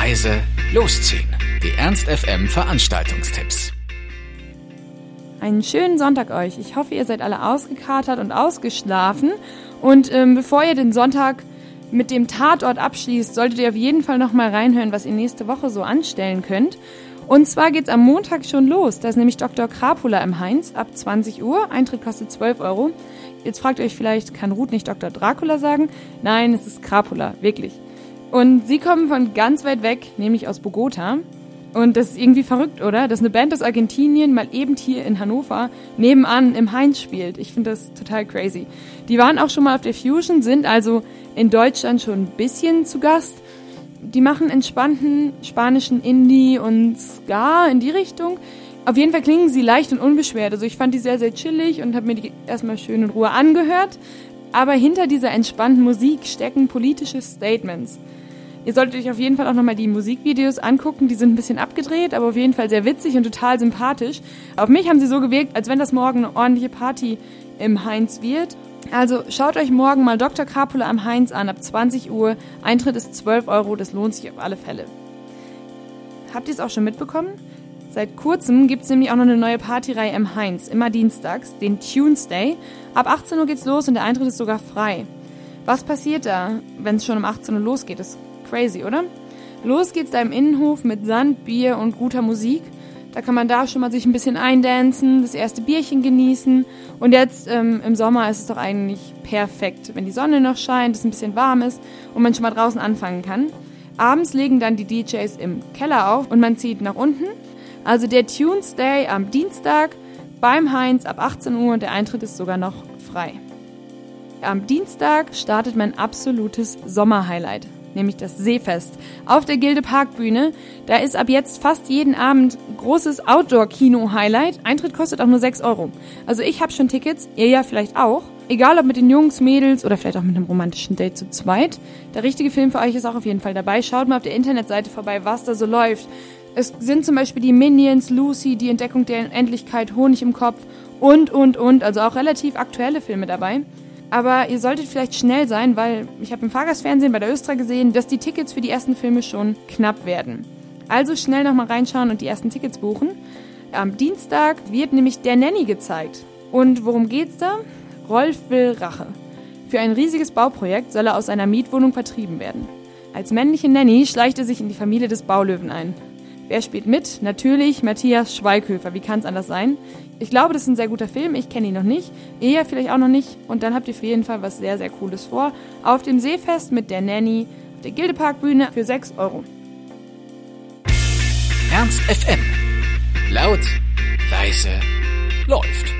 leise, losziehen. Die Ernst FM Veranstaltungstipps. Einen schönen Sonntag euch. Ich hoffe, ihr seid alle ausgekatert und ausgeschlafen. Und bevor ihr den Sonntag mit dem Tatort abschließt, solltet ihr auf jeden Fall nochmal reinhören, was ihr nächste Woche so anstellen könnt. Und zwar geht's am Montag schon los. Da ist nämlich Dr. Krapula im Heinz ab 20 Uhr. Eintritt kostet 12 Euro. Jetzt fragt ihr euch vielleicht, kann Ruth nicht Dr. Dracula sagen? Nein, es ist Krapula, wirklich. Und sie kommen von ganz weit weg, nämlich aus Bogota. Und das ist irgendwie verrückt, oder? Dass eine Band aus Argentinien mal eben hier in Hannover nebenan im Heinz spielt. Ich finde das total crazy. Die waren auch schon mal auf der Fusion, sind also in Deutschland schon ein bisschen zu Gast. Die machen entspannten spanischen Indie und Ska in die Richtung. Auf jeden Fall klingen sie leicht und unbeschwert. Also ich fand die sehr, sehr chillig und habe mir die erstmal schön in Ruhe angehört. Aber hinter dieser entspannten Musik stecken politische Statements. Ihr solltet euch auf jeden Fall auch nochmal die Musikvideos angucken. Die sind ein bisschen abgedreht, aber auf jeden Fall sehr witzig und total sympathisch. Auf mich haben sie so gewirkt, als wenn das morgen eine ordentliche Party im Heinz wird. Also schaut euch morgen mal Dr. Krapula am Heinz an, ab 20 Uhr. Eintritt ist 12 Euro, das lohnt sich auf alle Fälle. Habt ihr es auch schon mitbekommen? Seit kurzem gibt es nämlich auch noch eine neue Partyreihe im Heinz, immer dienstags, den Tuesday. Ab 18 Uhr geht's los und der Eintritt ist sogar frei. Was passiert da, wenn es schon um 18 Uhr losgeht? Das ist crazy, oder? Los geht's da im Innenhof mit Sand, Bier und guter Musik. Da kann man da schon mal sich ein bisschen eindancen, das erste Bierchen genießen. Und jetzt im Sommer ist es doch eigentlich perfekt, wenn die Sonne noch scheint, es ein bisschen warm ist und man schon mal draußen anfangen kann. Abends legen dann die DJs im Keller auf und man zieht nach unten. Also der Tuesday am Dienstag beim Heinz ab 18 Uhr und der Eintritt ist sogar noch frei. Am Dienstag startet mein absolutes Sommerhighlight, nämlich das Seefest auf der Gilde Parkbühne. Da ist ab jetzt fast jeden Abend großes Outdoor-Kino-Highlight. Eintritt kostet auch nur 6 Euro. Also ich habe schon Tickets, ihr ja vielleicht auch. Egal ob mit den Jungs, Mädels oder vielleicht auch mit einem romantischen Date zu zweit. Der richtige Film für euch ist auch auf jeden Fall dabei. Schaut mal auf der Internetseite vorbei, was da so läuft. Es sind zum Beispiel die Minions, Lucy, die Entdeckung der Unendlichkeit, Honig im Kopf und. Also auch relativ aktuelle Filme dabei. Aber ihr solltet vielleicht schnell sein, weil ich habe im Fahrgastfernsehen bei der Östra gesehen, dass die Tickets für die ersten Filme schon knapp werden. Also schnell nochmal reinschauen und die ersten Tickets buchen. Am Dienstag wird nämlich Der Nanny gezeigt. Und worum geht's da? Rolf will Rache. Für ein riesiges Bauprojekt soll er aus seiner Mietwohnung vertrieben werden. Als männliche Nanny schleicht er sich in die Familie des Baulöwen ein. Wer spielt mit? Natürlich Matthias Schweighöfer. Wie kann es anders sein? Ich glaube, das ist ein sehr guter Film. Ich kenne ihn noch nicht. Ihr vielleicht auch noch nicht. Und dann habt ihr auf jeden Fall was sehr, sehr Cooles vor. Auf dem Seefest mit Der Nanny auf der Gilde Parkbühne für 6 Euro. Ernst FM. Laut, leise, läuft.